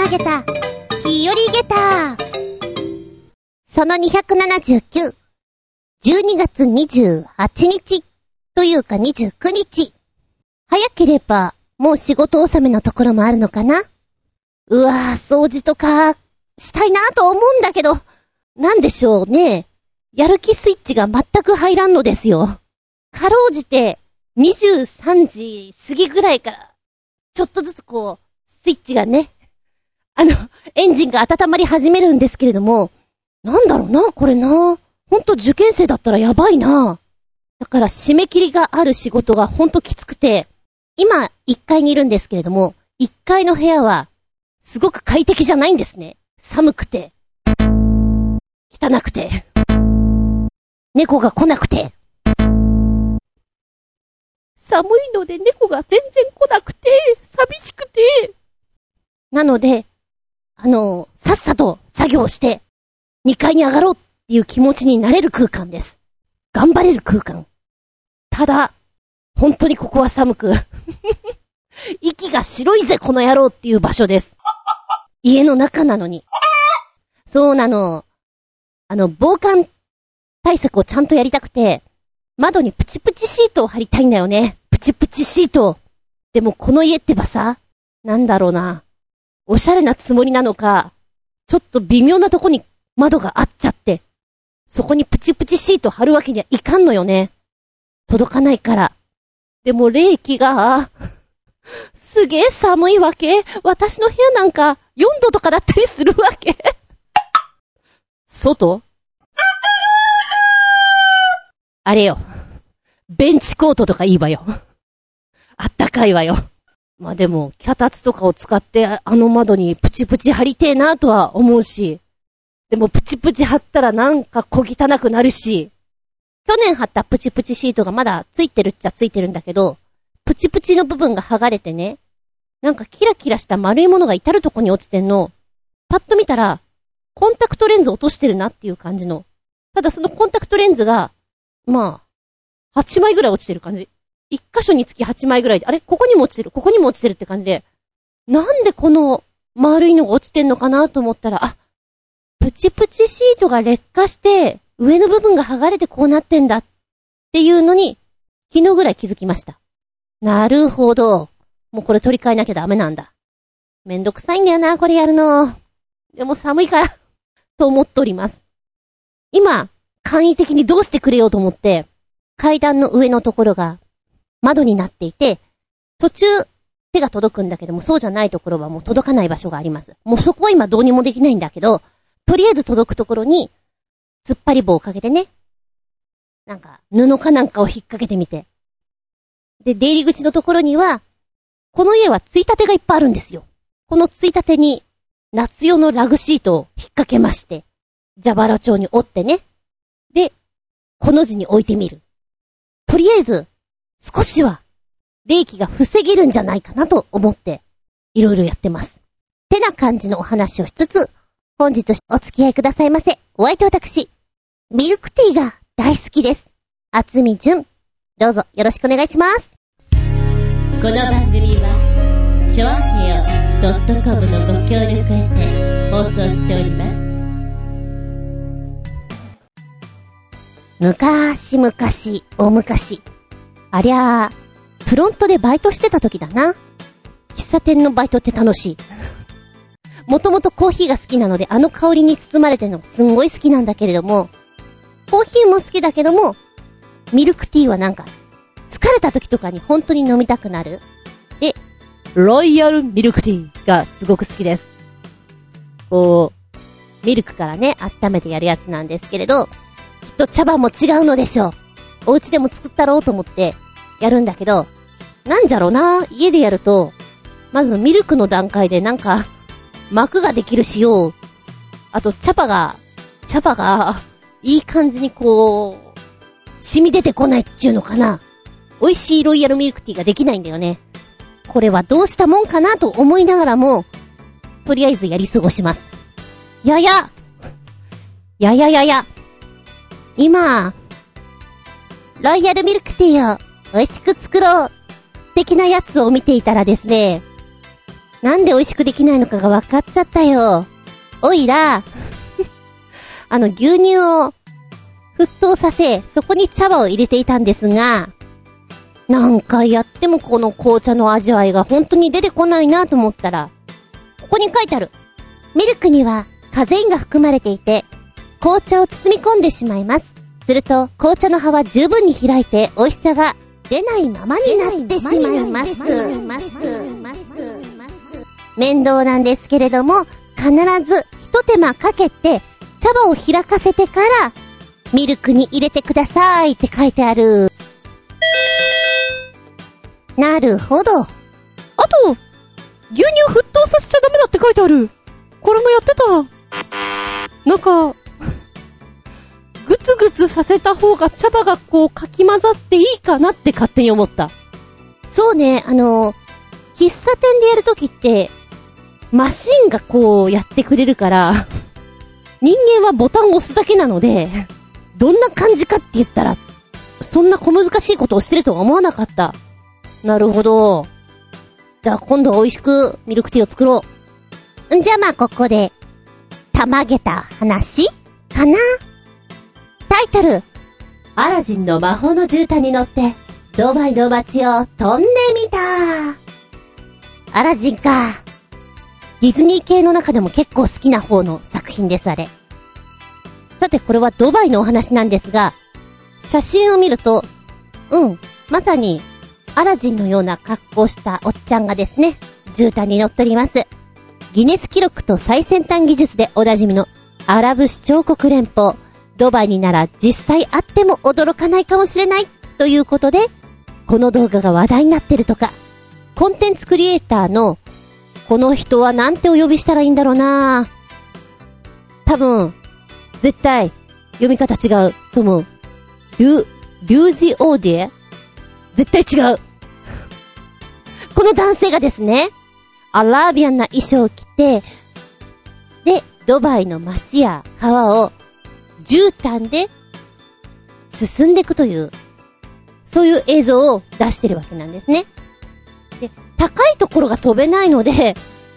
投げた日和ゲタその279 12月28日というか29日。早ければもう仕事納めのところもあるのかな。うわぁ、掃除とかしたいなと思うんだけど、なんでしょうね。やる気スイッチが全く入らんのですよ。かろうじて23時過ぎぐらいからちょっとずつこうスイッチがね、エンジンが温まり始めるんですけれども、なんだろうな、これな。ほんと受験生だったらやばいな。だから締め切りがある仕事がほんときつくて、今1階にいるんですけれども、1階の部屋はすごく快適じゃないんですね。寒くて、汚くて、猫が来なくて。寒いので猫が全然来なくて、寂しくて。なので、さっさと作業して、2階に上がろうっていう気持ちになれる空間です。頑張れる空間。ただ、本当にここは寒く、息が白いぜこの野郎っていう場所です。家の中なのに。そうなの。防寒対策をちゃんとやりたくて、窓にプチプチシートを貼りたいんだよね。プチプチシート。でもこの家ってばさ、なんだろうな。おしゃれなつもりなのか、ちょっと微妙なとこに窓があっちゃって、そこにプチプチシート貼るわけにはいかんのよね。届かないから。でも冷気が、すげえ寒いわけ。私の部屋なんか4度とかだったりするわけ。外？あれよ。ベンチコートとかいいわよ。あったかいわよ。まあでも、脚立とかを使って窓にプチプチ貼りてえなとは思うし、でもプチプチ貼ったらなんか小汚くなるし、去年貼ったプチプチシートがまだついてるっちゃついてるんだけど、プチプチの部分が剥がれてね、なんかキラキラした丸いものが至るとこに落ちてんの。パッと見たら、コンタクトレンズ落としてるなっていう感じの。ただそのコンタクトレンズが、まあ、8枚ぐらい落ちてる感じ。1箇所につき8枚ぐらいで、あれここにも落ちてる、ここにも落ちてるって感じで、なんでこの丸いのが落ちてんのかなと思ったら、あ、プチプチシートが劣化して、上の部分が剥がれてこうなってんだっていうのに、昨日ぐらい気づきました。なるほど。もうこれ取り替えなきゃダメなんだ。めんどくさいんだよな、これやるの。でも寒いから、と思っております。今、簡易的にどうしてくれようと思って、階段の上のところが窓になっていて、途中手が届くんだけども、そうじゃないところはもう届かない場所があります。もうそこは今どうにもできないんだけど、とりあえず届くところに、突っ張り棒をかけてね、なんか布かなんかを引っ掛けてみて。で、出入り口のところには、この家はついたてがいっぱいあるんですよ。このついたてに、夏用のラグシートを引っ掛けまして、蛇腹状に折ってね。で、この字に置いてみる。とりあえず、少しは、冷気が防げるんじゃないかなと思って、いろいろやってます。てな感じのお話をしつつ、本日お付き合いくださいませ。お相手私、ミルクティーが大好きです。厚み純。どうぞよろしくお願いします。 この番組は、ちょあへよ.com のご協力へて放送しております。 昔々、大昔。ありゃー、フロントでバイトしてた時だな。喫茶店のバイトって楽しい。もともとコーヒーが好きなので、香りに包まれてるのがすんごい好きなんだけれども、コーヒーも好きだけども、ミルクティーはなんか、疲れた時とかに本当に飲みたくなる。で、ロイヤルミルクティーがすごく好きです。こう、ミルクからね、温めてやるやつなんですけれど、きっと茶葉も違うのでしょう。お家でも作ったろうと思ってやるんだけど、なんじゃろうな、家でやると、まずミルクの段階でなんか、膜ができるしよ。あと茶葉が、いい感じにこう、染み出てこないっていうのかな。美味しいロイヤルミルクティーができないんだよね。これはどうしたもんかなと思いながらも、とりあえずやり過ごします。やや。今、ロイヤルミルクティーを美味しく作ろう的なやつを見ていたらですね、 なんで美味しくできないのかが分かっちゃったよ。おいら、牛乳を沸騰させ、そこに茶葉を入れていたんですが、何回やってもこの紅茶の味わいが本当に出てこないなと思ったら、ここに書いてある。ミルクにはカゼインが含まれていて、紅茶を包み込んでしまいます。すると、紅茶の葉は十分に開いて美味しさが出ないままになってしまいます。面倒なんですけれども、必ず一手間かけて茶葉を開かせてからミルクに入れてくださいって書いてある。なるほど。あと、牛乳沸騰させちゃダメだって書いてある。これもやってた。なんか、グツグツさせた方が茶葉がこうかき混ざっていいかなって勝手に思った。 そうね、喫茶店でやるときって、マシンがこうやってくれるから、人間はボタンを押すだけなので、どんな感じかって言ったら、そんな小難しいことをしてるとは思わなかった。なるほど。じゃあ今度は美味しくミルクティーを作ろう。じゃあまあここで、たまげた話かな。タイトル、アラジンの魔法の絨毯に乗って、ドバイの街を飛んでみた。アラジンか。ディズニー系の中でも結構好きな方の作品です、あれ。さて、これはドバイのお話なんですが、写真を見ると、まさに、アラジンのような格好をしたおっちゃんがですね、絨毯に乗っております。ギネス記録と最先端技術でおなじみのアラブ首長国連邦、ドバイになら実際あっても驚かないかもしれないということで、この動画が話題になってるとか、コンテンツクリエイターのこの人はなんてお呼びしたらいいんだろうな。多分絶対読み方違うと思う。リュージオーディエ？絶対違う。この男性がですね、アラビアンな衣装を着て、でドバイの街や川を絨毯で進んでいくという、そういう映像を出してるわけなんですね。で、高いところが飛べないので、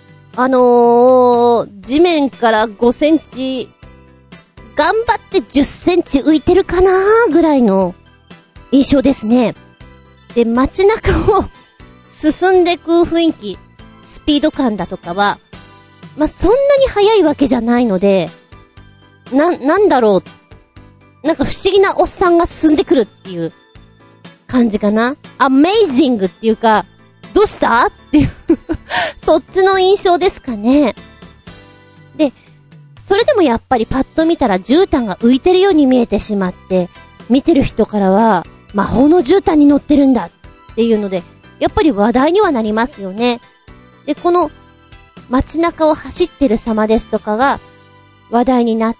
地面から5センチ、頑張って10センチ浮いてるかなぐらいの印象ですね。で、街中を進んでいく雰囲気、スピード感だとかは、そんなに速いわけじゃないので、なんだろう。なんか不思議なおっさんが進んでくるっていう感じかな。アメイジングっていうか、どうしたっていうそっちの印象ですかね。で、それでもやっぱりパッと見たら絨毯が浮いてるように見えてしまって、見てる人からは魔法の絨毯に乗ってるんだっていうので、やっぱり話題にはなりますよね。で、この街中を走ってる様ですとかが話題になって、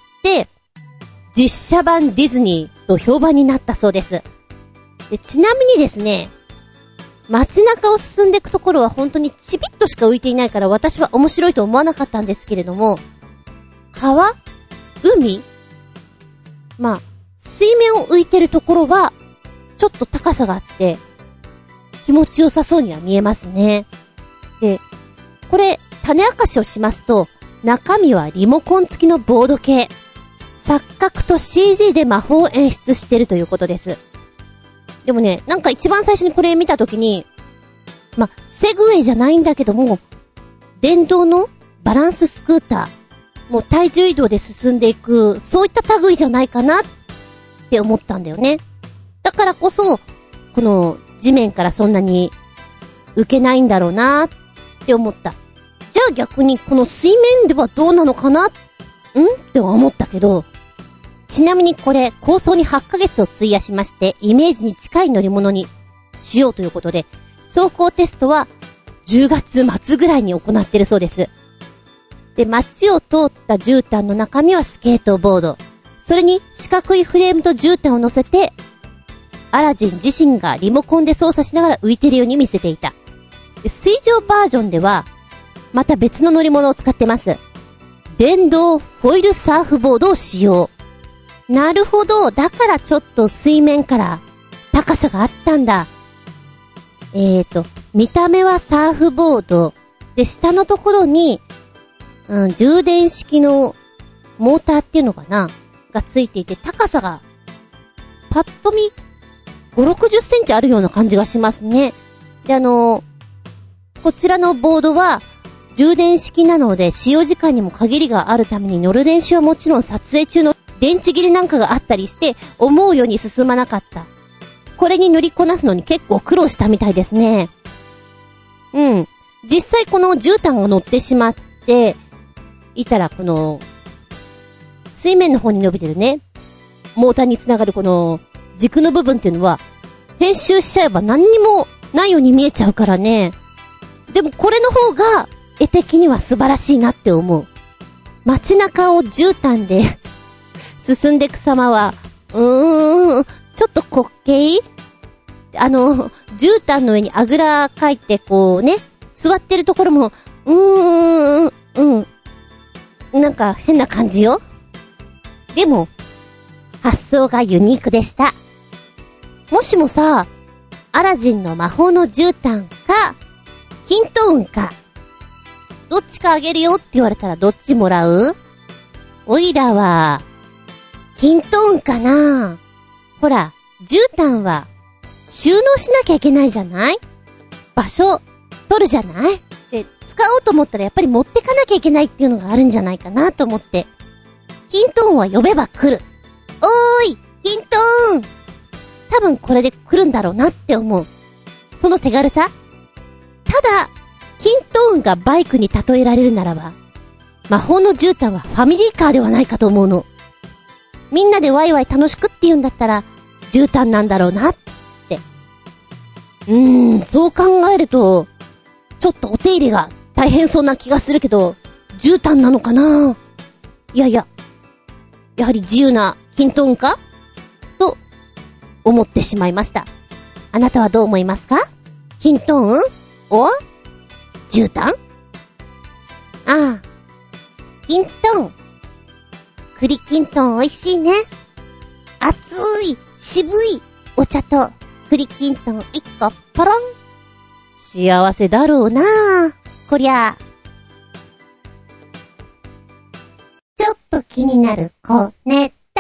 実写版ディズニーと評判になったそうです。で、ちなみにですね、街中を進んでいくところは本当にちびっとしか浮いていないから私は面白いと思わなかったんですけれども、川？海？水面を浮いてるところはちょっと高さがあって気持ちよさそうには見えますね。で、これ種明かしをしますと、中身はリモコン付きのボード系、錯覚と CG で魔法を演出してるということです。でもね、なんか一番最初にこれ見たときに、セグウェイじゃないんだけども、電動のバランススクーター、もう体重移動で進んでいく、そういった類じゃないかなって思ったんだよね。だからこそ、この地面からそんなに浮けないんだろうなって思った。じゃあ逆にこの水面ではどうなのかなって思ったけど、ちなみにこれ構想に8ヶ月を費やしまして、イメージに近い乗り物にしようということで、走行テストは10月末ぐらいに行ってるそうです。で、街を通った絨毯の中身はスケートボード、それに四角いフレームと絨毯を乗せて、アラジン自身がリモコンで操作しながら浮いてるように見せていた。で、水上バージョンではまた別の乗り物を使ってます。電動フォイルサーフボードを使用。なるほど。だからちょっと水面から高さがあったんだ。見た目はサーフボードで、下のところに、充電式のモーターっていうのかながついていて、高さが、パッと見、5、60センチあるような感じがしますね。で、こちらのボードは、充電式なので、使用時間にも限りがあるために乗る練習はもちろん撮影中の電池切れなんかがあったりして、思うように進まなかった。これに乗りこなすのに結構苦労したみたいですね。実際この絨毯が乗ってしまっていたら、この水面の方に伸びてるねモーターにつながるこの軸の部分っていうのは編集しちゃえば何にもないように見えちゃうからね。でもこれの方が絵的には素晴らしいなって思う。街中を絨毯で進んでいく様はちょっと滑稽。絨毯の上にあぐらかいてこうね座ってるところもなんか変な感じよ。でも発想がユニークでした。もしもさ、アラジンの魔法の絨毯かヒント運かどっちかあげるよって言われたらどっちもらう？おいらはヒント運かな。ほら、絨毯は収納しなきゃいけないじゃない？場所取るじゃない？で、使おうと思ったらやっぱり持ってかなきゃいけないっていうのがあるんじゃないかなと思って。ヒント音は呼べば来る。おーい、ヒント音！多分これで来るんだろうなって思う。その手軽さ？ただ、ヒント音がバイクに例えられるならば、魔法の絨毯はファミリーカーではないかと思うの。みんなでワイワイ楽しくって言うんだったら、絨毯なんだろうなって。そう考えると、ちょっとお手入れが大変そうな気がするけど、絨毯なのかな？いやいや、やはり自由なヒント音か？と、思ってしまいました。あなたはどう思いますか？ヒント音？お？絨毯？ああ、ヒントン。栗きんとん美味しいね。熱い、渋いお茶と栗きんとん1個ポロン。幸せだろうなあ、こりゃ。ちょっと気になる小ネタ。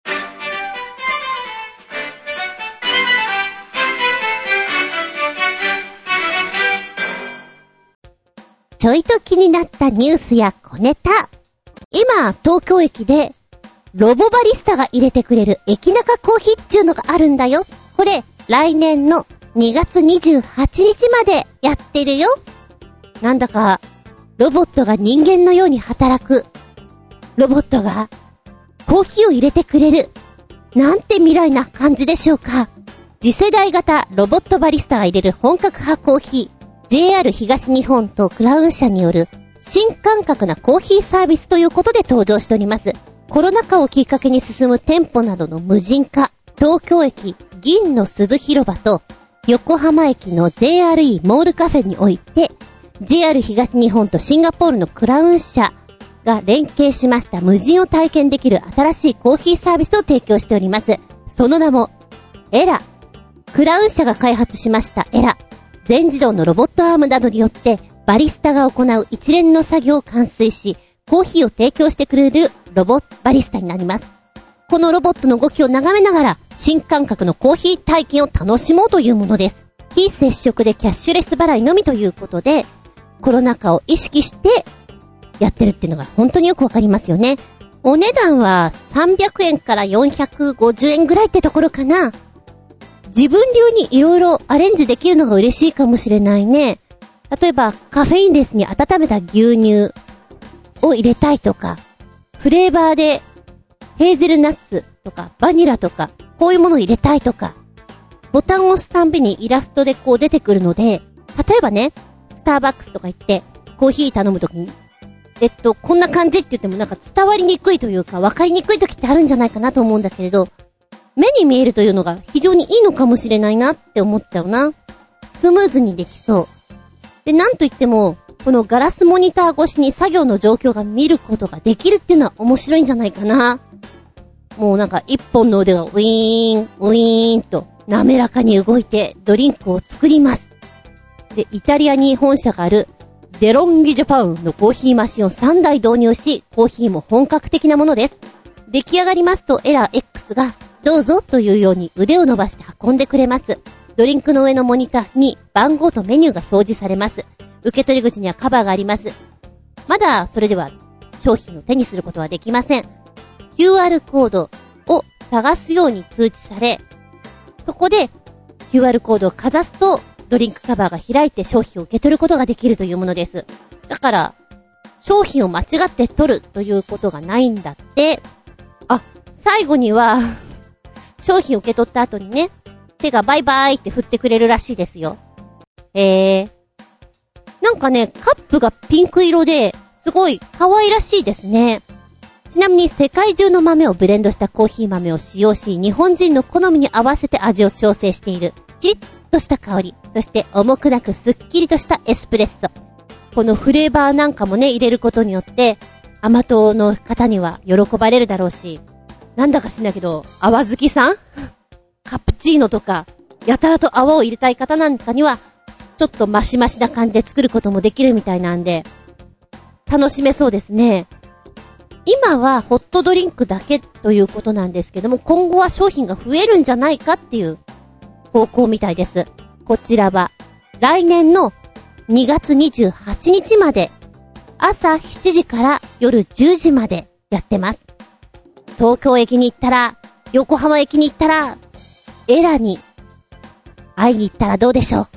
ちょいと気になったニュースや小ネタ。今、東京駅でロボバリスタが入れてくれる駅中コーヒーっていうのがあるんだよ。これ、来年の2月28日までやってるよ。なんだか、ロボットが人間のように働く。ロボットがコーヒーを入れてくれる。なんて未来な感じでしょうか。次世代型ロボットバリスタが入れる本格派コーヒー。JR 東日本とクラウン社による新感覚なコーヒーサービスということで登場しております。コロナ禍をきっかけに進む店舗などの無人化、東京駅銀の鈴広場と横浜駅の JRE モールカフェにおいて JR 東日本とシンガポールのクラウン社が連携しました無人を体験できる新しいコーヒーサービスを提供しております。その名もエラ。クラウン社が開発しましたエラ。全自動のロボットアームなどによってバリスタが行う一連の作業を完遂し、コーヒーを提供してくれるロボバリスタになります。このロボットの動きを眺めながら新感覚のコーヒー体験を楽しもうというものです。非接触でキャッシュレス払いのみということで、コロナ禍を意識してやってるっていうのが本当によくわかりますよね。お値段は300円から450円ぐらいってところかな。自分流にいろいろアレンジできるのが嬉しいかもしれないね。例えばカフェインレスに温めた牛乳を入れたいとか、フレーバーでヘーゼルナッツとかバニラとかこういうものを入れたいとか、ボタンを押すたんびにイラストでこう出てくるので、例えばね、スターバックスとか行ってコーヒー頼むときにこんな感じって言ってもなんか伝わりにくいというか分かりにくいときってあるんじゃないかなと思うんだけれど、目に見えるというのが非常にいいのかもしれないなって思っちゃうな。スムーズにできそう。で、なんといっても、このガラスモニター越しに作業の状況が見ることができるっていうのは面白いんじゃないかな。もうなんか一本の腕がウィーン、ウィーンと滑らかに動いてドリンクを作ります。で、イタリアに本社があるデロンギジャパンのコーヒーマシンを3台導入し、コーヒーも本格的なものです。出来上がりますとエラー X がどうぞというように腕を伸ばして運んでくれます。ドリンクの上のモニターに番号とメニューが表示されます。受け取り口にはカバーがあります。まだそれでは商品を手にすることはできません。QR コードを探すように通知され、そこで QR コードをかざすとドリンクカバーが開いて商品を受け取ることができるというものです。だから商品を間違って取るということがないんだって。最後には商品を受け取った後にね、手がバイバイって振ってくれるらしいですよ。なんかね、カップがピンク色ですごい可愛らしいですね。ちなみに世界中の豆をブレンドしたコーヒー豆を使用し、日本人の好みに合わせて味を調整している。キリッとした香り、そして重くなくすっきりとしたエスプレッソ。このフレーバーなんかもね、入れることによって、甘党の方には喜ばれるだろうし、なんだか知んないけど、泡好きさんカプチーノとか、やたらと泡を入れたい方なんかには、ちょっとマシマシな感じで作ることもできるみたいなんで、楽しめそうですね。今はホットドリンクだけということなんですけども、今後は商品が増えるんじゃないかっていう方向みたいです。こちらは、来年の2月28日まで、朝7時から夜10時までやってます。東京駅に行ったら、横浜駅に行ったら、エラに会いに行ったらどうでしょう。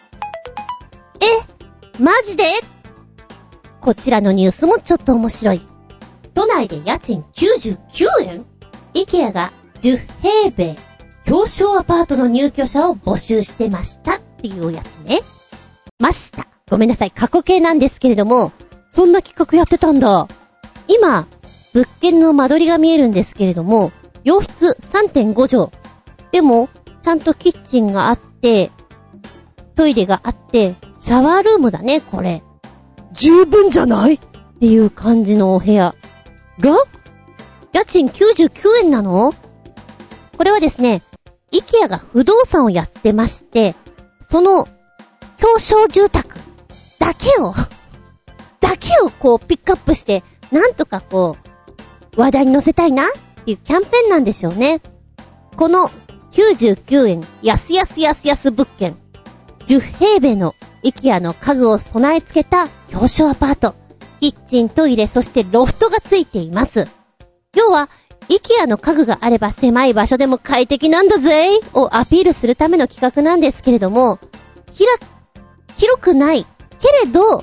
マジで？こちらのニュースもちょっと面白い。都内で家賃99円？ IKEA が10平米表彰アパートの入居者を募集してましたっていうやつね。ごめんなさい、過去形なんですけれども、そんな企画やってたんだ。今、物件の間取りが見えるんですけれども、洋室 3.5 畳。でも、ちゃんとキッチンがあって、トイレがあって、シャワールームだね、これ。十分じゃない？っていう感じのお部屋。が？家賃99円なの？これはですね、IKEA が不動産をやってまして、その、表彰住宅だけをこうピックアップして、なんとかこう、話題に載せたいなっていうキャンペーンなんでしょうね。この99円安物件。10平米のIKEAの家具を備え付けた表彰アパート。キッチン、トイレ、そしてロフトがついています。要は、IKEA の家具があれば狭い場所でも快適なんだぜをアピールするための企画なんですけれども、広くないけれど、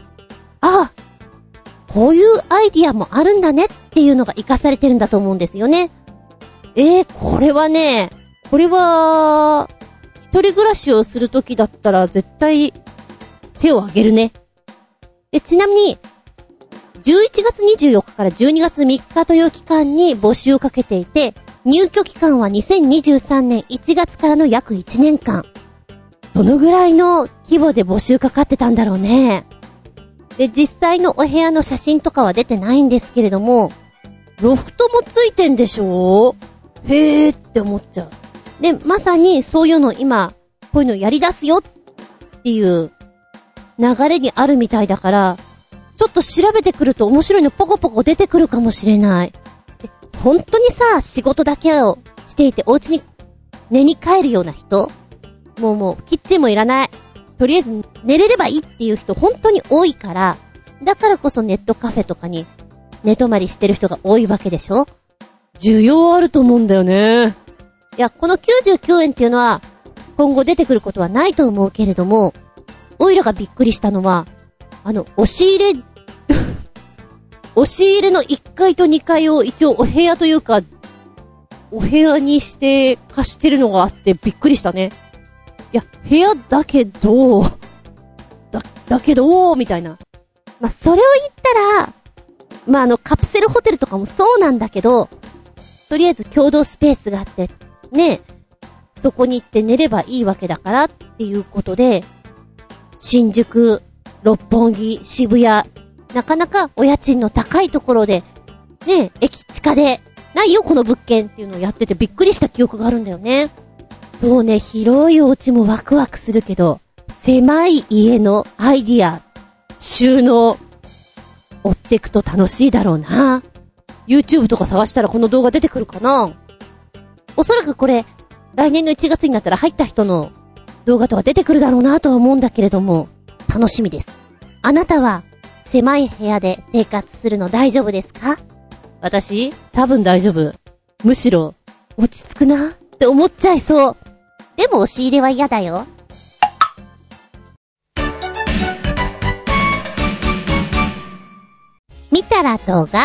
こういうアイディアもあるんだねっていうのが活かされてるんだと思うんですよね。これは一人暮らしをするときだったら絶対手を挙げるね。ちなみに11月24日から12月3日という期間に募集をかけていて、入居期間は2023年1月からの約1年間。どのぐらいの規模で募集かかってたんだろうね。で、実際のお部屋の写真とかは出てないんですけれども、ロフトもついてんでしょ？へーって思っちゃう。で、まさにそういうの今、こういうのやり出すよっていう流れにあるみたいだから、ちょっと調べてくると面白いのポコポコ出てくるかもしれない。で、本当にさ、仕事だけをしていてお家に寝に帰るような人、もうキッチンもいらない。とりあえず寝れればいいっていう人本当に多いから、だからこそネットカフェとかに寝泊まりしてる人が多いわけでしょ？需要あると思うんだよね。いや、この99円っていうのは今後出てくることはないと思うけれども、オイラがびっくりしたのは、押し入れの1階と2階を一応お部屋というか、お部屋にして貸してるのがあってびっくりしたね。いや、部屋だけど、みたいな。それを言ったら、カプセルホテルとかもそうなんだけど、とりあえず共同スペースがあって、ね、そこに行って寝ればいいわけだからっていうことで、新宿、六本木、渋谷、なかなかお家賃の高いところで、ね、駅地下で、ないよこの物件っていうのをやっててびっくりした記憶があるんだよね。そうね、広いお家もワクワクするけど、狭い家のアイディア、 収納、追っていくと楽しいだろうな。YouTube とか探したらこの動画出てくるかな。おそらくこれ、来年の1月になったら入った人の動画とか出てくるだろうなとは思うんだけれども、楽しみです。あなたは、狭い部屋で生活するの大丈夫ですか？私、多分大丈夫。むしろ、落ち着くなって思っちゃいそう。でも押し入れは嫌だよ。見たら動画？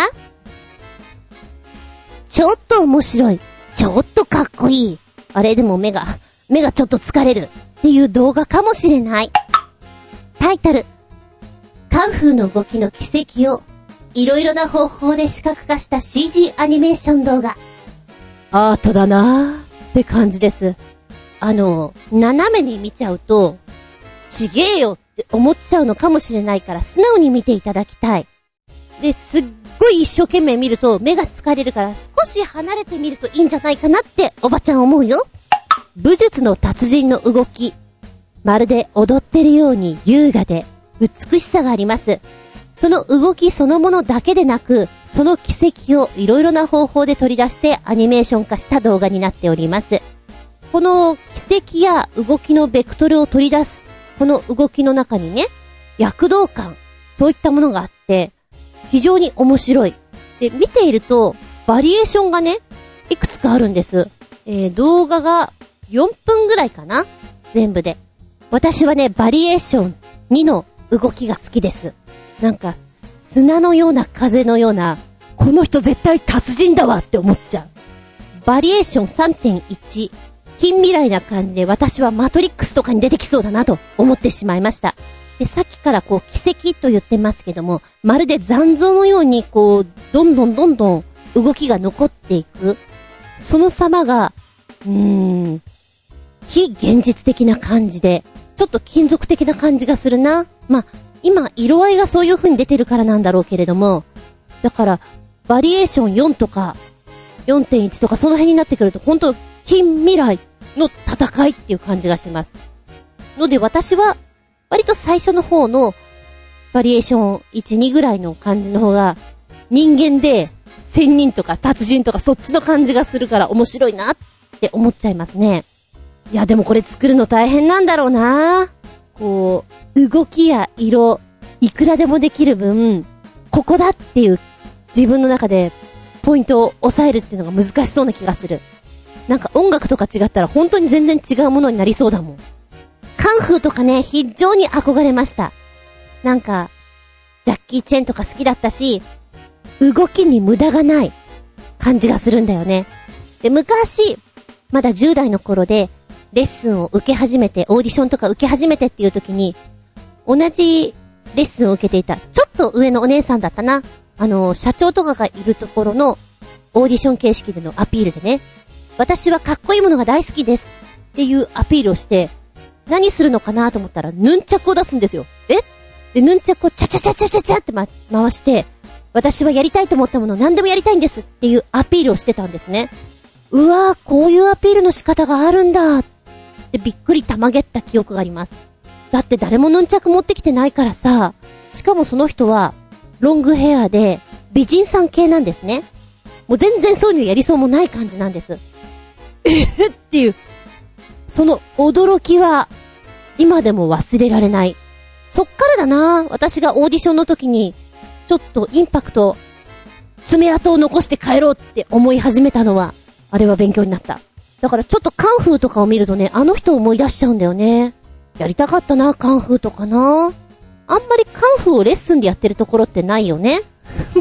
ちょっと面白い。ちょっとかっこいい。あれでも目がちょっと疲れるっていう動画かもしれない。タイトル。カンフーの動きの奇跡をいろいろな方法で視覚化した CG アニメーション動画。アートだなーって感じです。斜めに見ちゃうと、ちげえよって思っちゃうのかもしれないから素直に見ていただきたい。で、すっごい一生懸命見ると目が疲れるから少し離れてみるといいんじゃないかなっておばちゃん思うよ。武術の達人の動き。まるで踊ってるように優雅で美しさがあります。その動きそのものだけでなく、その奇跡をいろいろな方法で取り出してアニメーション化した動画になっております。この奇跡や動きのベクトルを取り出す、この動きの中にね、躍動感、そういったものがあって、非常に面白い。で、見ていると、バリエーションがね、いくつかあるんです。動画が4分ぐらいかな？全部で。私はね、バリエーション2の動きが好きです。なんか、砂のような風のような、この人絶対達人だわって思っちゃう。バリエーション 3.1、近未来な感じで私はマトリックスとかに出てきそうだなと思ってしまいました。で、さっきからこう奇跡と言ってますけども、まるで残像のようにこう、どんどん動きが残っていく。その様が、非現実的な感じで、ちょっと金属的な感じがするな。まあ、今、色合いがそういう風に出てるからなんだろうけれども、だから、バリエーション4とか、4.1 とかその辺になってくると、本当近未来の戦いっていう感じがします。ので私は、割と最初の方のバリエーション1、2ぐらいの感じの方が人間で仙人とか達人とかそっちの感じがするから面白いなって思っちゃいますね。いやでもこれ作るの大変なんだろうな。こう、動きや色、いくらでもできる分、ここだっていう自分の中でポイントを押さえるっていうのが難しそうな気がする。なんか音楽とか違ったら本当に全然違うものになりそうだもん。カンフーとかね、非常に憧れました。なんか、ジャッキー・チェンとか好きだったし、動きに無駄がない感じがするんだよね。で、昔、まだ10代の頃で、レッスンを受け始めて、オーディションとか受け始めてっていう時に、同じレッスンを受けていた、ちょっと上のお姉さんだったな。社長とかがいるところの、オーディション形式でのアピールでね、私はかっこいいものが大好きですっていうアピールをして、何するのかなと思ったら、ヌンチャクを出すんですよ。で、ヌンチャクをチャチャチャチャチャチャって、回して、私はやりたいと思ったもの何でもやりたいんですっていうアピールをしてたんですね。うわー、こういうアピールの仕方があるんだってびっくりたまげった記憶があります。だって誰もヌンチャク持ってきてないからさ、しかもその人は、ロングヘアで、美人さん系なんですね。もう全然そういうのやりそうもない感じなんです。っていう、その驚きは今でも忘れられない。そっからだな。私がオーディションの時にちょっとインパクト、爪痕を残して帰ろうって思い始めたのは、あれは勉強になった。だからちょっとカンフーとかを見るとね、あの人を思い出しちゃうんだよね。やりたかったな、カンフーとかな。あんまりカンフーをレッスンでやってるところってないよね。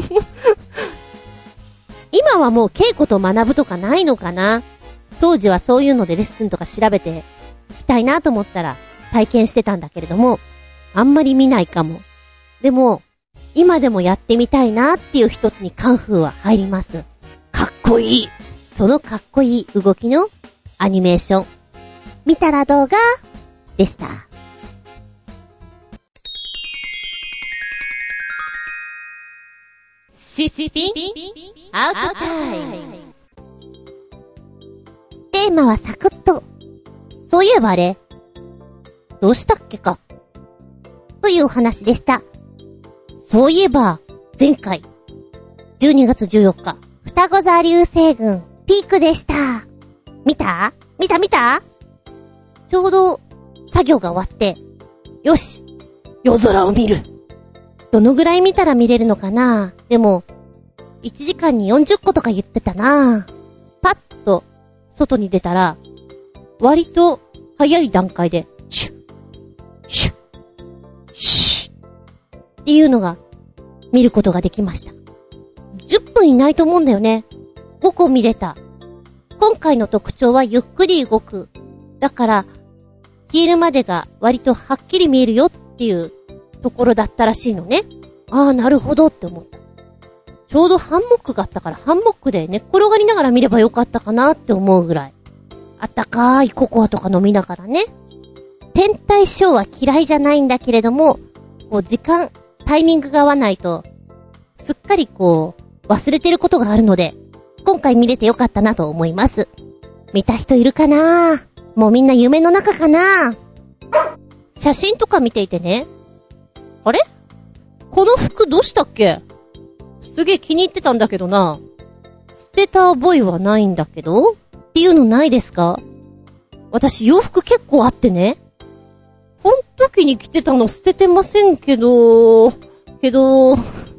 今はもう稽古と学ぶとかないのかな。当時はそういうのでレッスンとか調べていきたいなと思ったら体験してたんだけれども、あんまり見ないかも。でも、今でもやってみたいなっていう一つにカンフーは入ります。かっこいい。そのかっこいい動きのアニメーション。見たら動画でした。 シスピンアウトタイム。 テーマはサクッと。そういえばあれ、どうしたっけか。というお話でした。 そういえば、前回、12月14日、双子座流星群、ピークでした。見たちょうど、作業が終わって、よし、夜空を見る。どのぐらい見たら見れるのかな？でも、1時間に40個とか言ってたな。パッと、外に出たら、割と、早い段階で、シュッ、シュッ、シュッ、っていうのが、見ることができました。10分いないと思うんだよね。5個見れた。今回の特徴はゆっくり動く。だから、消えるまでが割とはっきり見えるよっていうところだったらしいのね。ああ、なるほどって思った。ちょうどハンモックがあったからハンモックで寝っ転がりながら見ればよかったかなって思うぐらい。あったかいココアとか飲みながらね。天体ショーは嫌いじゃないんだけれども、こう時間、タイミングが合わないと、すっかりこう、忘れてることがあるので、今回見れてよかったなと思います。見た人いるかな？もうみんな夢の中かな？写真とか見ていてね。あれ？この服どうしたっけ？すげえ気に入ってたんだけどな。捨てた覚えはないんだけどっていうのないですか？私洋服結構あってね。この時に着てたの捨ててませんけど、ど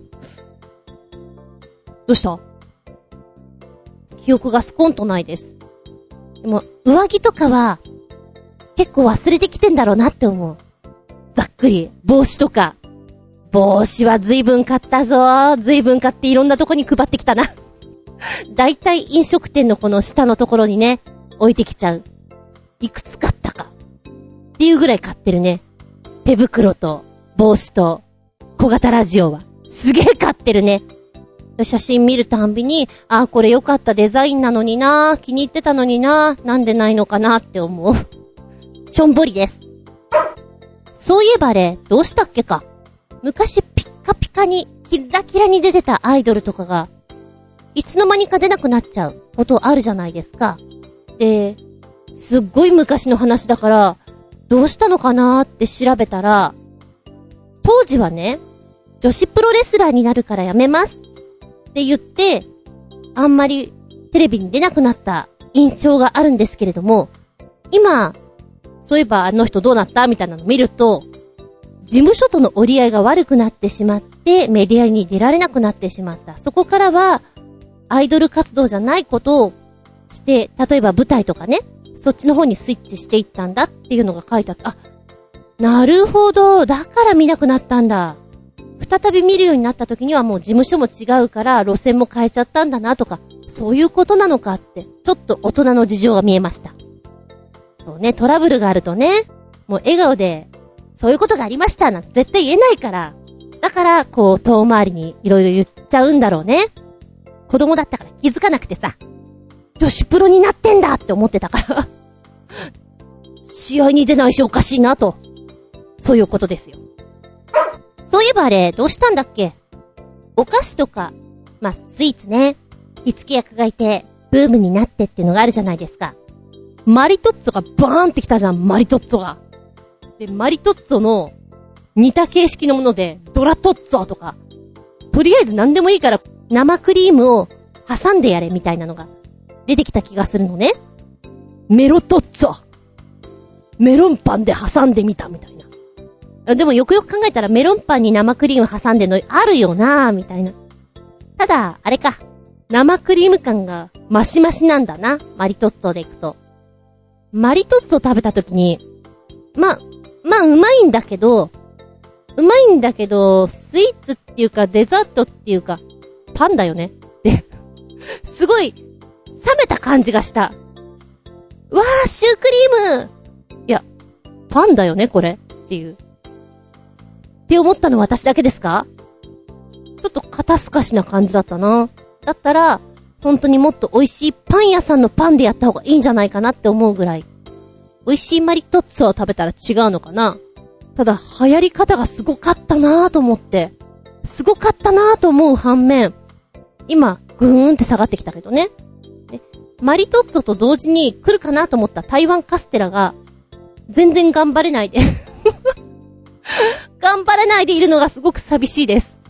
うした？記憶がスコンとないです。でも、上着とかは、結構忘れてきてんだろうなって思う。ざっくり、帽子とか。帽子は随分買ったぞ。随分買っていろんなとこに配ってきたな。だいたい飲食店のこの下のところにね、置いてきちゃう。いくつ買ったか。っていうぐらい買ってるね。手袋と、帽子と、小型ラジオは。すげえ買ってるね。写真見るたんびに、あ、これ良かったデザインなのにな、気に入ってたのにな、なんでないのかなって思う。しょんぼりです。そういえばどうしたっけか。昔ピッカピカに、キラキラに出てたアイドルとかが、いつの間にか出なくなっちゃうことあるじゃないですか。で、すっごい昔の話だから、どうしたのかなって調べたら、当時はね、女子プロレスラーになるからやめますって言って、あんまりテレビに出なくなった印象があるんですけれども、今、そういえばあの人どうなったみたいなの見ると、事務所との折り合いが悪くなってしまって、メディアに出られなくなってしまった。そこからは、アイドル活動じゃないことをして、例えば舞台とかね、そっちの方にスイッチしていったんだっていうのが書いてあった。あ、なるほど、だから見なくなったんだ。再び見るようになった時にはもう事務所も違うから路線も変えちゃったんだなとか、そういうことなのかって、ちょっと大人の事情が見えました。そうね、トラブルがあるとね、もう笑顔で、そういうことがありましたなんて絶対言えないから。だから、こう、遠回りにいろいろ言っちゃうんだろうね。子供だったから気づかなくてさ、女子プロになってんだって思ってたから。試合に出ないしおかしいなと。そういうことですよ。そういえばどうしたんだっけ？お菓子とか、まあ、スイーツね。火付け役がいて、ブームになってっていうのがあるじゃないですか。マリトッツォがバーンってきたじゃん、マリトッツォが。で、マリトッツォの似た形式のもので、ドラトッツォとか、とりあえず何でもいいから生クリームを挟んでやれみたいなのが出てきた気がするのね。メロトッツォ。メロンパンで挟んでみたみたいな。でもよくよく考えたらメロンパンに生クリーム挟んでんのあるよなぁ、みたいな。ただ、あれか。生クリーム感がマシマシなんだな。マリトッツォでいくと。マリトッツォ食べた時に、まあ、うまいんだけど、スイーツっていうかデザートっていうか、パンだよね。で、すごい、冷めた感じがした。わー、シュークリーム！いや、パンだよね、これ。っていう。って思ったのは私だけですか？ちょっと肩透かしな感じだったな。だったら、本当にもっと美味しいパン屋さんのパンでやった方がいいんじゃないかなって思うぐらい。美味しいマリトッツォを食べたら違うのかな。ただ、流行り方がすごかったなぁと思って。すごかったなぁと思う反面、今、ぐーんって下がってきたけどね。で、マリトッツォと同時に来るかなと思った台湾カステラが、全然頑張れないで。頑張れないでいるのがすごく寂しいです。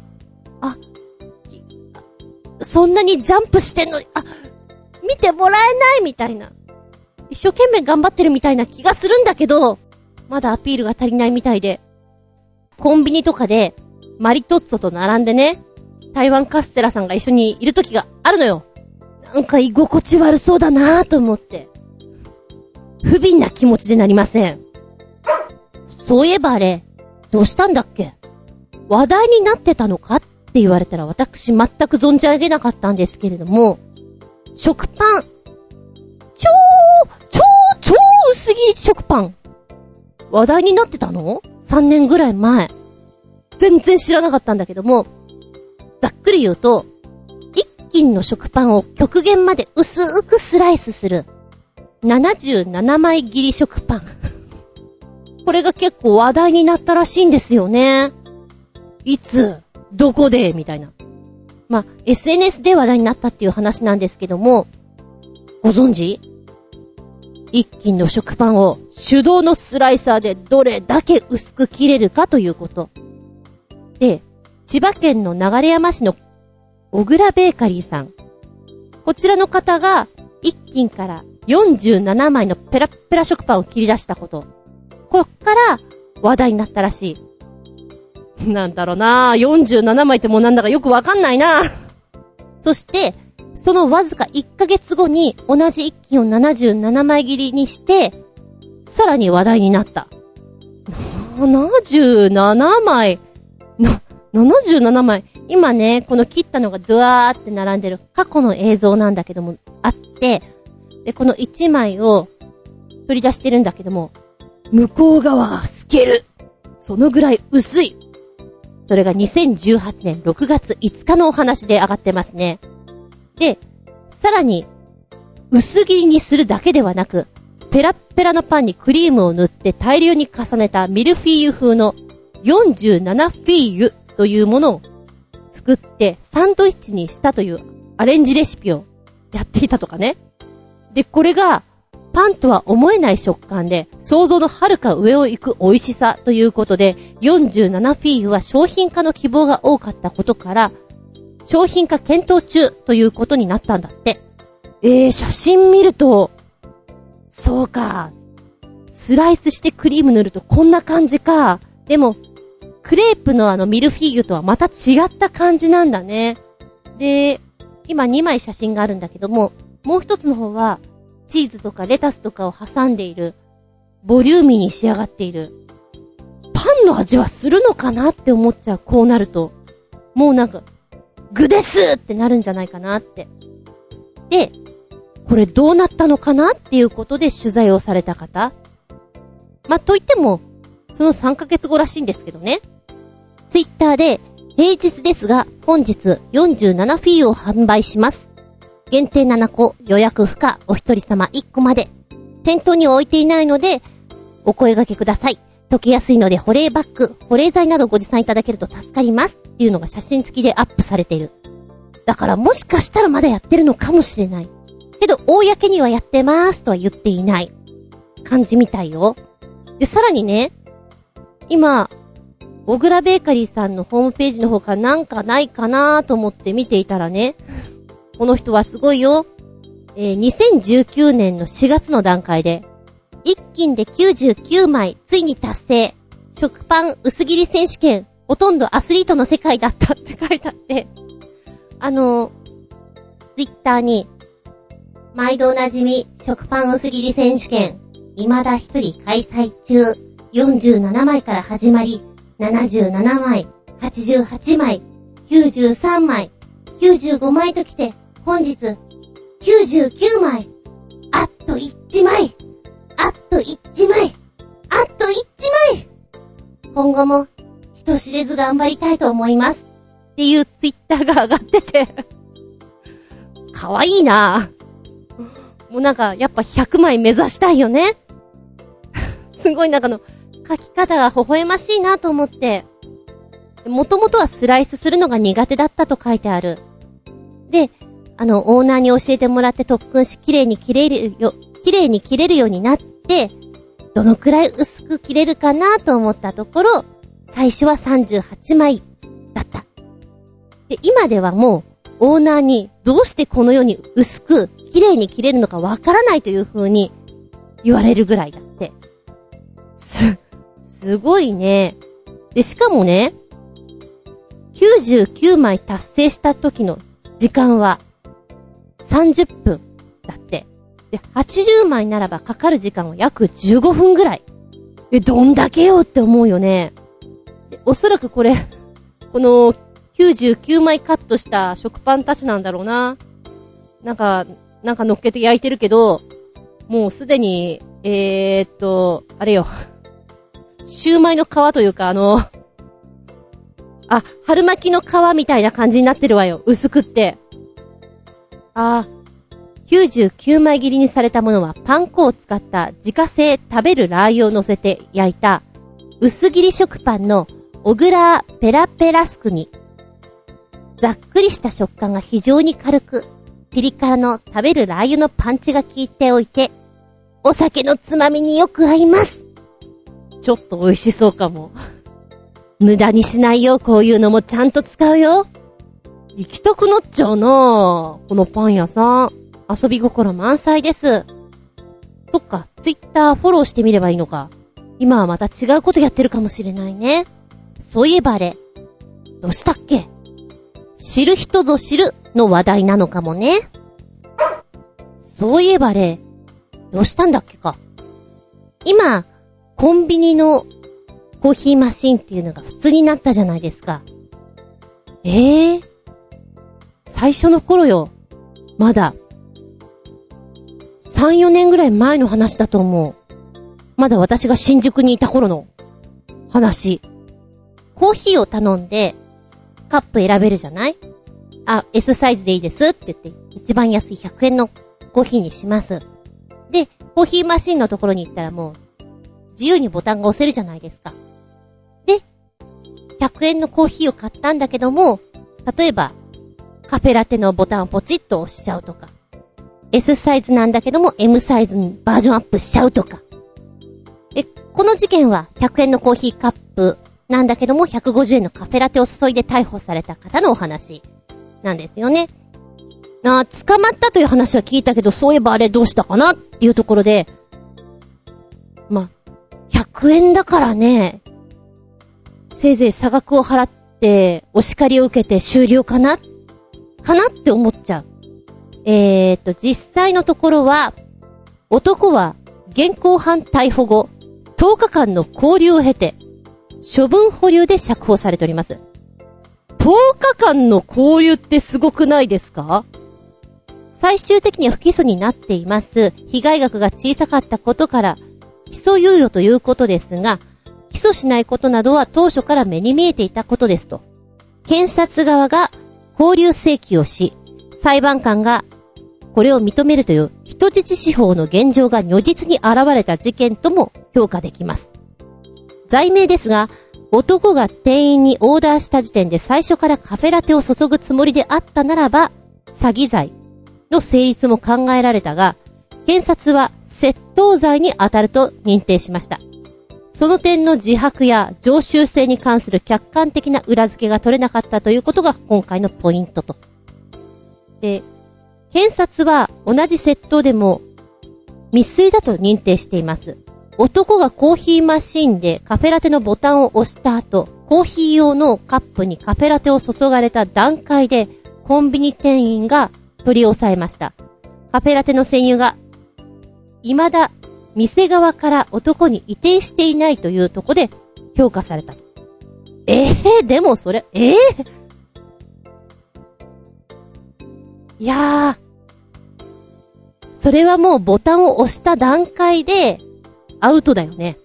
そんなにジャンプしてんのに、見てもらえないみたいな。一生懸命頑張ってるみたいな気がするんだけど、まだアピールが足りないみたいで。コンビニとかで、マリトッツォと並んでね、台湾カステラさんが一緒にいる時があるのよ。なんか居心地悪そうだなぁと思って。不憫な気持ちでなりません。そういえばあれ、どうしたんだっけ？話題になってたのかって言われたら私全く存じ上げなかったんですけれども、食パン。超薄切り食パン。話題になってたの？ 3 年ぐらい前。全然知らなかったんだけども、ざっくり言うと、一斤の食パンを極限まで薄くスライスする。77枚切り食パン。これが結構話題になったらしいんですよね。いつどこでみたいな。まあ、SNS で話題になったっていう話なんですけども、ご存知？一斤の食パンを手動のスライサーでどれだけ薄く切れるかということ。で、千葉県の流山市の小倉ベーカリーさん。こちらの方が一斤から47枚のペラペラ食パンを切り出したこと。こっから話題になったらしい。なんだろうなぁ、47枚ってもうなんだかよくわかんないな。そして、そのわずか1ヶ月後に同じ一斤を77枚切りにして、さらに話題になった。77枚。77枚。今ね、この切ったのがドワーって並んでる過去の映像なんだけども、あって、で、この1枚を取り出してるんだけども、向こう側が透ける。そのぐらい薄い。それが2018年6月5日のお話で上がってますね。で、さらに、薄切りにするだけではなく、ペラッペラのパンにクリームを塗って大量に重ねたミルフィーユ風の47フィーユというものを作ってサンドイッチにしたというアレンジレシピをやっていたとかね。で、これがパンとは思えない食感で想像の遥か上を行く美味しさということで、47フィーユは商品化の希望が多かったことから商品化検討中ということになったんだって。写真見ると、そうか。スライスしてクリーム塗るとこんな感じか。でも、クレープのミルフィーユとはまた違った感じなんだね。で、今2枚写真があるんだけども、もう一つの方は、チーズとかレタスとかを挟んでいる、ボリューミーに仕上がっている。パンの味はするのかなって思っちゃう、こうなると。もうなんか、具ですってなるんじゃないかなって。で、これどうなったのかなっていうことで取材をされた方。といっても、その3ヶ月後らしいんですけどね。ツイッターで、平日ですが、本日47フィーユを販売します。限定7個、予約不可、お一人様1個まで。店頭に置いていないので、お声掛けください。溶けやすいので保冷バッグ、保冷剤などご持参いただけると助かります。っていうのが写真付きでアップされている。だからもしかしたらまだやってるのかもしれない。けど、公にはやってますとは言っていない感じみたいよ。で、さらにね、今、小倉ベーカリーさんのホームページの方からなんかないかなと思って見ていたらね、この人はすごいよ。2019年の4月の段階で、一斤で99枚、ついに達成。食パン薄切り選手権、ほとんどアスリートの世界だったって書いてあって、ツイッターに、毎度おなじみ、食パン薄切り選手権、未だ一人開催中、47枚から始まり、77枚、88枚、93枚、95枚ときて、本日、99枚、あっと1枚、あっと1枚、あっと1枚。今後も、人知れず頑張りたいと思います。っていうツイッターが上がってて、かわいいなぁ。もうなんか、やっぱ100枚目指したいよね。すごいなんかの、書き方が微笑ましいなと思って。もともとはスライスするのが苦手だったと書いてある。で、オーナーに教えてもらって特訓し、綺麗に切れるようになって、どのくらい薄く切れるかなと思ったところ、最初は38枚だった。で、今ではもうオーナーにどうしてこのように薄く綺麗に切れるのかわからないという風に言われるぐらいだって。すごいね。で、しかもね、99枚達成した時の時間は30分だって。で、80枚ならばかかる時間は約15分ぐらい。どんだけよって思うよね。で、おそらくこれ、この99枚カットした食パンたちなんだろうな。なんか乗っけて焼いてるけど、もうすでに、あれよ。シューマイの皮というか春巻きの皮みたいな感じになってるわよ。薄くって。99枚切りにされたものはパン粉を使った自家製食べるラー油を乗せて焼いた薄切り食パンのオグラーペラペラスクに、ざっくりした食感が非常に軽く、ピリ辛の食べるラー油のパンチが効いておいて、お酒のつまみによく合います。ちょっと美味しそうかも。無駄にしないよ、こういうのもちゃんと使うよ。行きたくなっちゃうなぁ、このパン屋さん。遊び心満載です。そっか、ツイッターフォローしてみればいいのか。今はまた違うことやってるかもしれないね。そういえばあれ、どうしたっけ？知る人ぞ知るの話題なのかもね。そういえばあれ、どうしたんだっけか。今、コンビニのコーヒーマシンっていうのが普通になったじゃないですか。最初の頃よ。まだ。3、4年ぐらい前の話だと思う。まだ私が新宿にいた頃の話。コーヒーを頼んで、カップ選べるじゃない？S サイズでいいですって言って、一番安い100円のコーヒーにします。で、コーヒーマシンのところに行ったらもう、自由にボタンが押せるじゃないですか。で、100円のコーヒーを買ったんだけども、例えば、カフェラテのボタンをポチッと押しちゃうとか、S サイズなんだけども M サイズにバージョンアップしちゃうとか。で、この事件は100円のコーヒーカップなんだけども150円のカフェラテを注いで逮捕された方のお話なんですよね。捕まったという話は聞いたけど、そういえばあれどうしたかなっていうところで、100円だからね、せいぜい差額を払ってお叱りを受けて終了かなって思っちゃう。実際のところは、男は現行犯逮捕後、10日間の勾留を経て、処分保留で釈放されております。10日間の勾留ってすごくないですか？最終的には不起訴になっています。被害額が小さかったことから、起訴猶予ということですが、起訴しないことなどは当初から目に見えていたことですと。検察側が勾留請求をし、裁判官がこれを認めるという人質司法の現状が如実に現れた事件とも評価できます。罪名ですが、男が店員にオーダーした時点で最初からカフェラテを注ぐつもりであったならば、詐欺罪の成立も考えられたが、検察は窃盗罪に当たると認定しました。その点の自白や常習性に関する客観的な裏付けが取れなかったということが今回のポイントと。で、検察は同じ窃盗でも未遂だと認定しています。男がコーヒーマシンでカフェラテのボタンを押した後、コーヒー用のカップにカフェラテを注がれた段階でコンビニ店員が取り押さえました。カフェラテの占有が未だ店側から男に移転していないというところで評価された。でもそれ、いやー、それはもうボタンを押した段階でアウトだよね。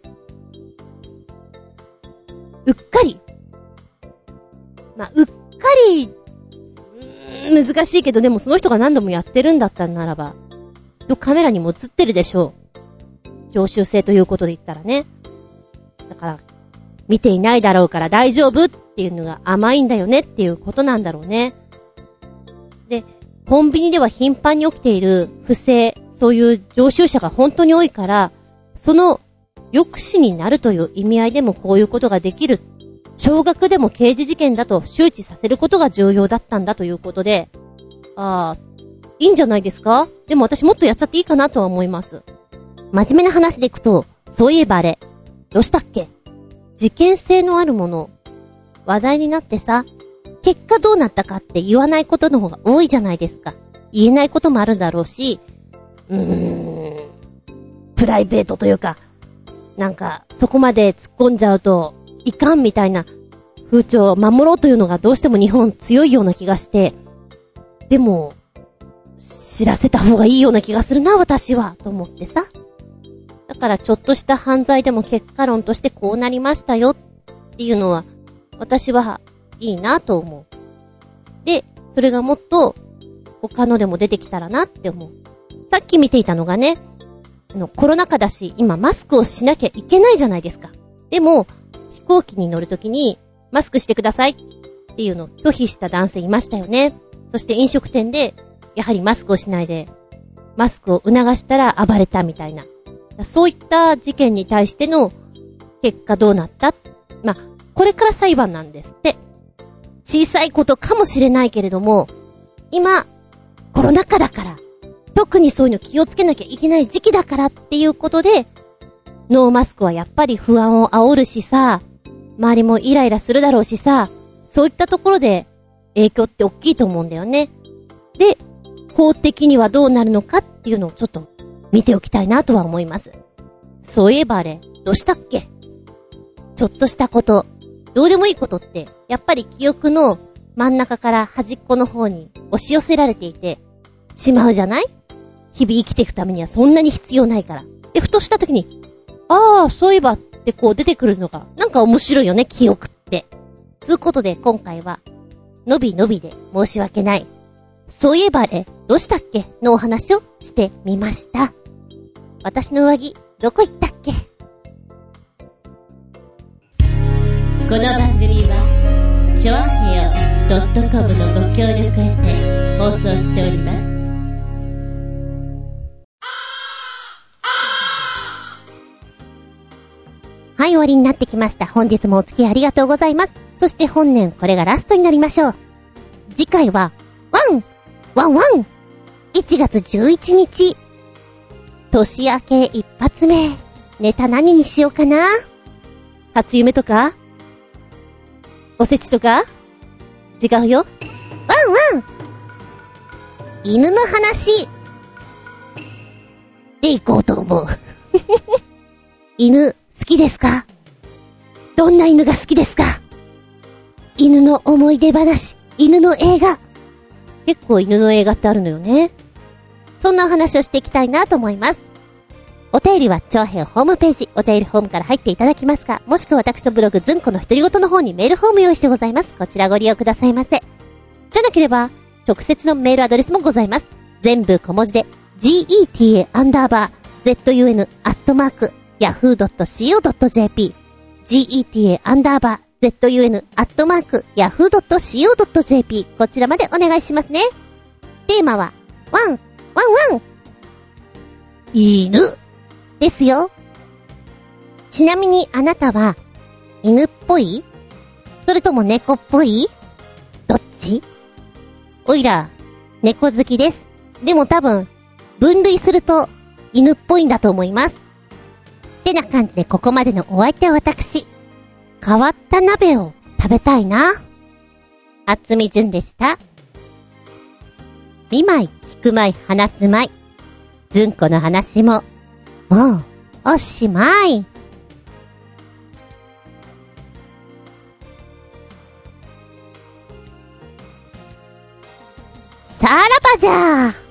うっかり。うっかり、難しいけど、でもその人が何度もやってるんだったならば、カメラにも映ってるでしょう。常習性ということで言ったらね。だから、見ていないだろうから大丈夫っていうのが甘いんだよねっていうことなんだろうね。で、コンビニでは頻繁に起きている不正、そういう常習者が本当に多いから、その抑止になるという意味合いでもこういうことができる。少額でも刑事事件だと周知させることが重要だったんだということで、 いいんじゃないですか？でも私もっとやっちゃっていいかなとは思います。真面目な話でいくと、そういえばあれ、どうしたっけ？事件性のあるもの、話題になってさ、結果どうなったかって言わないことの方が多いじゃないですか。言えないこともあるだろうし、プライベートというか、なんか、そこまで突っ込んじゃうと、いかんみたいな風潮を守ろうというのがどうしても日本強いような気がして、でも、知らせた方がいいような気がするな、私は、と思ってさ。だからちょっとした犯罪でも結果論としてこうなりましたよっていうのは、私はいいなと思う。で、それがもっと他のでも出てきたらなって思う。さっき見ていたのがね、コロナ禍だし、今マスクをしなきゃいけないじゃないですか。でも、飛行機に乗るときに、マスクしてくださいっていうのを拒否した男性いましたよね。そして飲食店で、やはりマスクをしないで、マスクを促したら暴れたみたいな。そういった事件に対しての結果どうなった？まあ、これから裁判なんですって。小さいことかもしれないけれども、今、コロナ禍だから、特にそういうの気をつけなきゃいけない時期だからっていうことで、ノーマスクはやっぱり不安を煽るしさ、周りもイライラするだろうしさ、そういったところで影響って大きいと思うんだよね。で、法的にはどうなるのかっていうのをちょっと見ておきたいなとは思います。そういえばあれ、どうしたっけ？ちょっとしたこと、どうでもいいことって、やっぱり記憶の真ん中から端っこの方に押し寄せられていて、しまうじゃない？日々生きていくためにはそんなに必要ないから。で、ふとした時に、そういえばってこう出てくるのが、なんか面白いよね、記憶って。つうことで今回は、のびのびで申し訳ない。そういえばあれ、どうしたっけのお話をしてみました。私の上着、どこ行ったっけ？ この番組はちょあへよ .com のご協力へて放送しております。 はい、終わりになってきました。本日もお付き合いありがとうございます。そして本年これがラストになりましょう。次回はワン1月11日年明け一発目、ネタ何にしようかな。初夢とかおせちとか違うよ。ワン犬の話でいこうと思う。犬好きですか？どんな犬が好きですか？犬の思い出話、犬の映画。結構犬の映画ってあるのよね。そんなお話をしていきたいなと思います。お便りはちょあへよホームページ、お便りフォームから入っていただきますか、もしくは私のブログずんこの独り言の方にメールフォーム用意してございます。こちらご利用くださいませ。じゃなければ直接のメールアドレスもございます。全部小文字で geta_zun@yahoo.co.jp geta_zun@yahoo.co.jp こちらまでお願いしますね。テーマはワン犬ですよ。ちなみにあなたは犬っぽい？それとも猫っぽい？どっち？おいら猫好きです。でも多分分類すると犬っぽいんだと思います。ってな感じでここまでのお相手は私。変わった鍋を食べたいな。あつみじゅんでした。見舞い、聞く舞い、話す舞い。ずんこの話も、もう、おしまい。さらばじゃー。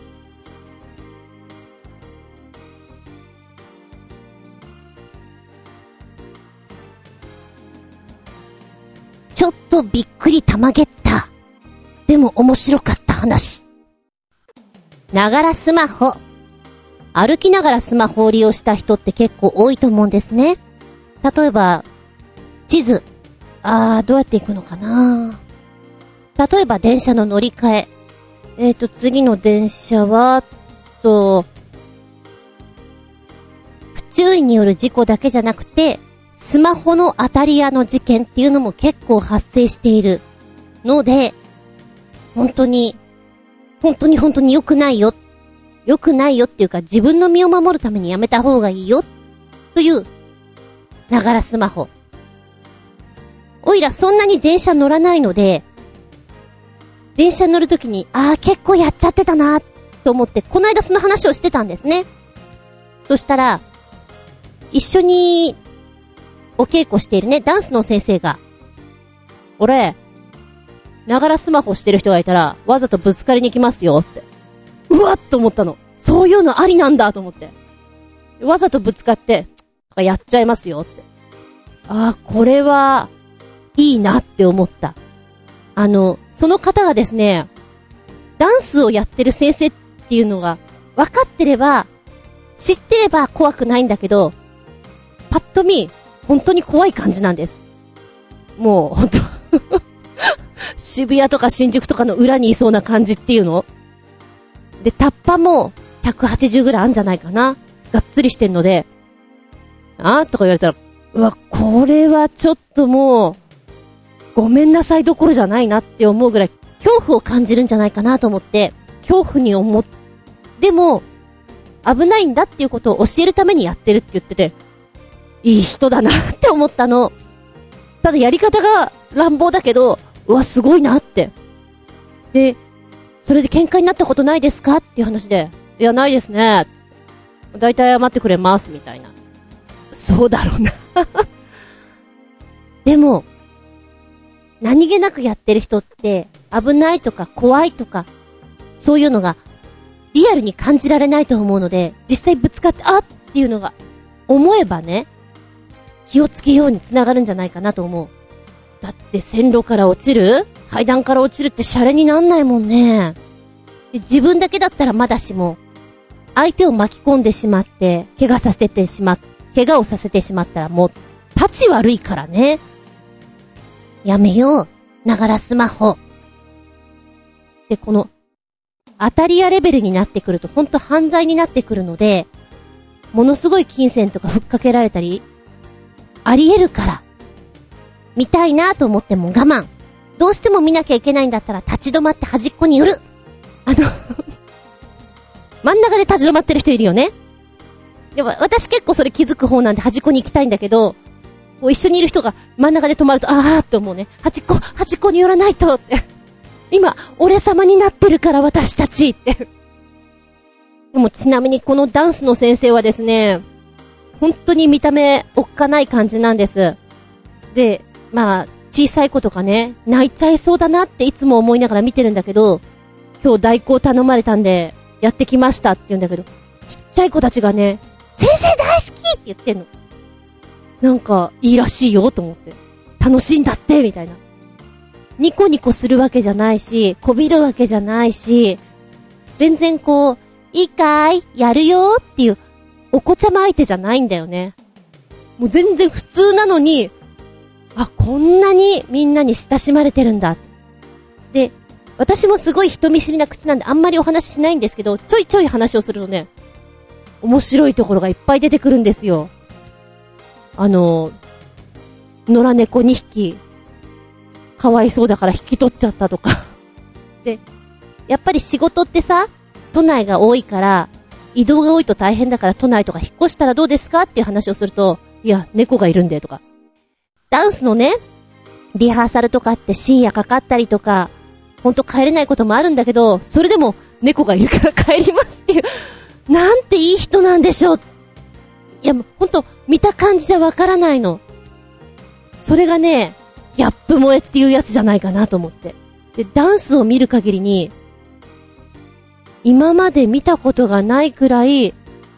ちょっとびっくりたまげった。でも面白かった話。ながらスマホ。歩きながらスマホを利用した人って結構多いと思うんですね。例えば、地図。どうやって行くのかな。例えば電車の乗り換え。次の電車は、不注意による事故だけじゃなくて、スマホの当たり屋の事件っていうのも結構発生しているので、本当に本当に良くないよ。良くないよっていうか、自分の身を守るためにやめた方がいいよ。という、ながらスマホ。おいらそんなに電車乗らないので、電車乗るときに、結構やっちゃってたな、と思って、この間その話をしてたんですね。そしたら、一緒に、お稽古しているね、ダンスの先生が、俺、ながらスマホしてる人がいたら、わざとぶつかりに来ますよって。うわっと思ったの。そういうのありなんだと思って。わざとぶつかって、やっちゃいますよって。これは、いいなって思った。その方がですね、ダンスをやってる先生っていうのが、分かってれば、知ってれば怖くないんだけど、パッと見、本当に怖い感じなんです。もう、本当渋谷とか新宿とかの裏にいそうな感じっていうので、タッパも180ぐらいあるんじゃないかな。がっつりしてんので、とか言われたら、うわ、これはちょっともう、ごめんなさいどころじゃないなって思うぐらい、恐怖を感じるんじゃないかなと思って、でも、危ないんだっていうことを教えるためにやってるって言ってて、いい人だなって思ったの。ただやり方が乱暴だけど、うわ、すごいなって。で、それで喧嘩になったことないですかっていう話で、いや、ないですね。だいたい謝ってくれます、みたいな。そうだろうな。でも、何気なくやってる人って、危ないとか怖いとか、そういうのが、リアルに感じられないと思うので、実際ぶつかって、っていうのが、思えばね、気をつけようにつながるんじゃないかなと思う。だって線路から落ちる？階段から落ちるってシャレになんないもんね。で、自分だけだったらまだしも、相手を巻き込んでしまって、怪我をさせてしまったらもう、立ち悪いからね。やめよう。ながらスマホ。で、この、当たり屋レベルになってくると、ほんと犯罪になってくるので、ものすごい金銭とかふっかけられたり、あり得るから。見たいなと思っても我慢。どうしても見なきゃいけないんだったら立ち止まって端っこに寄る。真ん中で立ち止まってる人いるよね。でも私結構それ気づく方なんで端っこに行きたいんだけど、こう一緒にいる人が真ん中で止まると、って思うね。端っこに寄らないとって。今、俺様になってるから私たちって。でもちなみにこのダンスの先生はですね、本当に見た目おっかない感じなんです。で、小さい子とかね、泣いちゃいそうだなっていつも思いながら見てるんだけど、今日代行頼まれたんで、やってきましたって言うんだけど、ちっちゃい子たちがね、先生大好きって言ってんの。なんか、いいらしいよと思って。楽しいんだってみたいな。ニコニコするわけじゃないし、こびるわけじゃないし、全然こう、いいかい？やるよっていう、お子ちゃま相手じゃないんだよね。もう全然普通なのに、こんなにみんなに親しまれてるんだ。で、私もすごい人見知りな口なんであんまりお話ししないんですけど、ちょいちょい話をするとね、面白いところがいっぱい出てくるんですよ。野良猫2匹、かわいそうだから引き取っちゃったとか。で、やっぱり仕事ってさ、都内が多いから、移動が多いと大変だから都内とか引っ越したらどうですかっていう話をすると、いや、猫がいるんでとか。ダンスのね、リハーサルとかって深夜かかったりとか、ほんと帰れないこともあるんだけど、それでも猫がいるから帰りますっていう、なんていい人なんでしょう。いや、ほんと、見た感じじゃわからないの。それがね、ギャップ萌えっていうやつじゃないかなと思って。で、ダンスを見る限りに、今まで見たことがないくらい、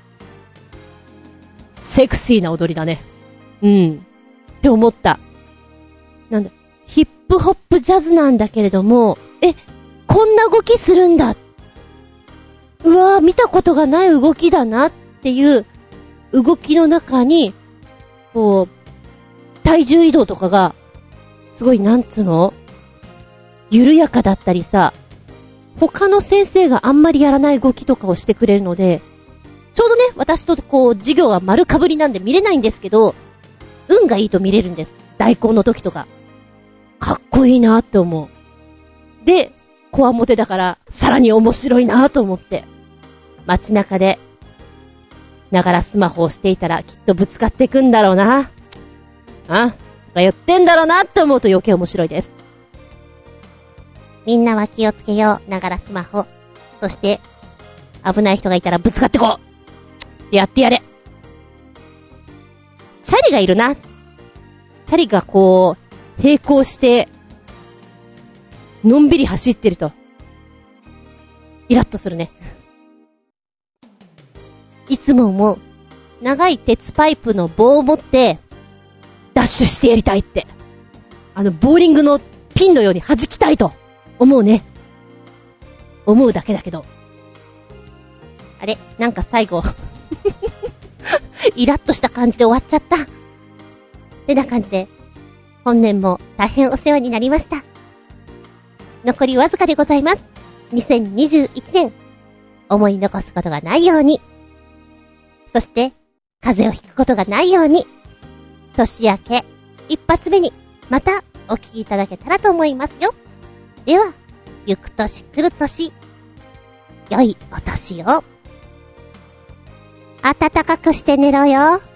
セクシーな踊りだね。って思った。なんだ、ヒップホップジャズなんだけれども、こんな動きするんだ。うわー、見たことがない動きだなっていう動きの中に、こう、体重移動とかが、すごいなんつうの？緩やかだったりさ、他の先生があんまりやらない動きとかをしてくれるので、ちょうどね、私とこう、授業が丸かぶりなんで見れないんですけど、運がいいと見れるんです。代行の時とか。かっこいいなって思う。で、 コアモテだから、さらに面白いなと思って。街中で、ながらスマホをしていたら、きっとぶつかっていくんだろうな。とか言ってんだろうなって思うと余計面白いです。みんなは気をつけよう、ながらスマホ。そして、危ない人がいたらぶつかってこうってやってやれ。チャリがいるな。チャリがこう、並行して、のんびり走ってると、イラッとするね。いつも思う。長い鉄パイプの棒を持って、ダッシュしてやりたいって。ボーリングのピンのように弾きたいと思うね。思うだけだけど。あれ、なんか最後、イラッとした感じで終わっちゃった。ってな感じで、本年も大変お世話になりました。残りわずかでございます。2021年、思い残すことがないように。そして、風邪をひくことがないように。年明け、一発目に、またお聞きいただけたらと思いますよ。では、行く年来る年、良いお年を。暖かくして寝ろよ。